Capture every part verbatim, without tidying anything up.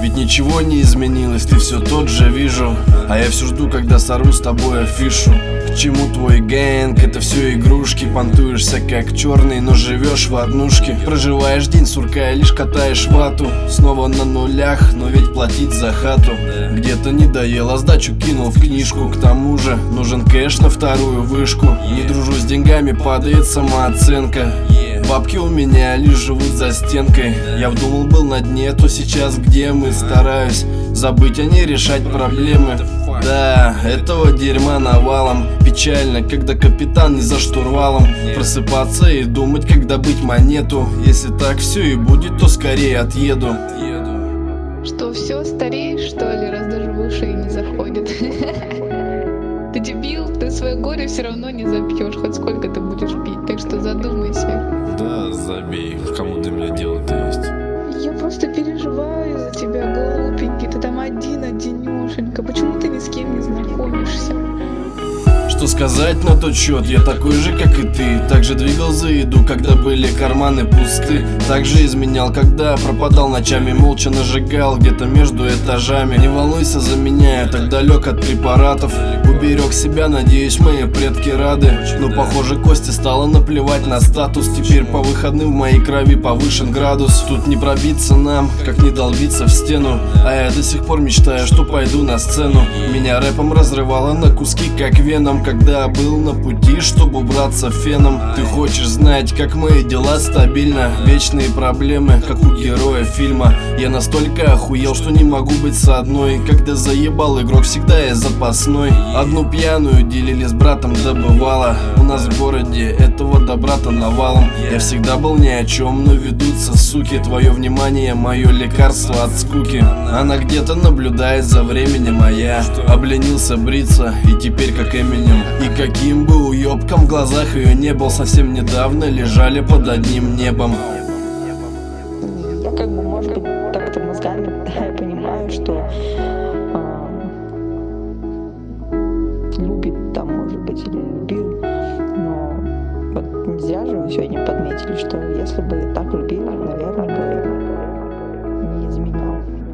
Ведь ничего не изменилось, ты все тот же, вижу. А я все жду, когда сорву с тобой афишу. К чему твой гэнг? Это все игрушки. Понтуешься как черный, но живешь в однушке. Проживаешь день сурка и лишь катаешь вату. Снова на нулях, но ведь платить за хату. Где-то не доел, а сдачу кинул в книжку. К тому же нужен кэш на вторую вышку. Не дружу с деньгами, падает самооценка. Бабки у меня лишь живут за стенкой. Я вдумал, был на дне, то сейчас где мы? Стараюсь забыть, а не решать проблемы. Да, этого дерьма навалом. Печально, когда капитан не за штурвалом. Просыпаться и думать, как добыть монету. Если так все и будет, то скорее отъеду. Что, все, стареешь, что ли, раз даже в уши и не заходит? Ты дебил, ты свое горе все равно не запьешь, хоть сколько ты будешь пить, так что задумайся. Да забей, кому до меня дело-то есть. Я просто переживаю за тебя, голубенький, ты там один, одинешенька, почему ты ни с кем не знакомишься? Что сказать на тот счет? Я такой же, как и ты. Также двигал за еду, когда были карманы пусты. Также изменял, когда пропадал ночами. Молча нажигал где-то между этажами. Не волнуйся за меня, я так далек от препаратов. Уберег себя, надеюсь, мои предки рады. Но похоже, Косте стало наплевать на статус. Теперь по выходным в моей крови повышен градус. Тут не пробиться нам, как не долбиться в стену. А я до сих пор мечтаю, что пойду на сцену. Меня рэпом разрывало на куски, как веном. Когда был на пути, чтобы убраться феном. Ты хочешь знать, как мои дела стабильно. Вечные проблемы, как у героя фильма. Я настолько охуел, что не могу быть с одной. Когда заебал игрок, всегда я запасной. Одну пьяную делили с братом, да бывало. У нас в городе этого добра-то навалом. Я всегда был ни о чем, но ведутся суки. Твое внимание, мое лекарство от скуки. Она где-то наблюдает за временем, а я обленился бриться, и теперь как Эминем. И каким бы уёбком в глазах ее не был, совсем недавно лежали под одним небом. Я как бы, может быть, так-то мозгами я понимаю, что а, любит там, может быть, или любил. Но вот не зря же вы сегодня подметили, что если бы так любил, наверное, бы не изменял.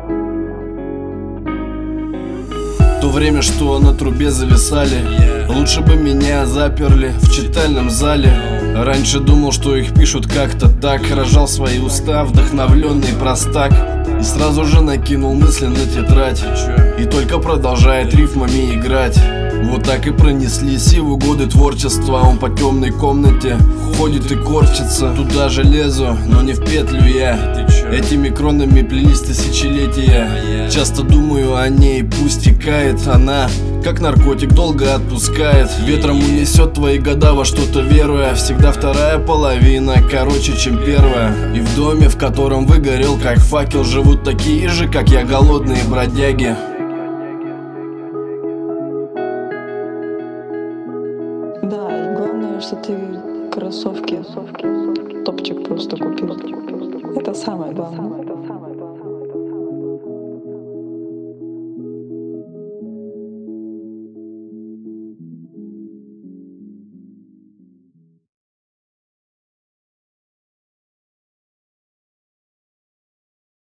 То время, что на трубе зависали, лучше бы меня заперли в читальном зале. Раньше думал, что их пишут как-то так. Рожал свои уста, вдохновленный простак. И сразу же накинул мысли на тетрадь. И только продолжает рифмами играть. Вот так и пронеслись его годы творчества. Он по темной комнате ходит и корчится. Туда же лезу, но не в петлю я. Этими кронами плелись тысячелетия. Часто думаю о ней, пусть текает она, как наркотик, долго отпускает. Ветром унесет твои года, во что-то веруя. Всегда вторая половина короче, чем первая. И в доме, в котором выгорел как факел, живут такие же, как я, голодные бродяги. Да, и главное, что ты кроссовки, топчик просто купил. Это самое главное.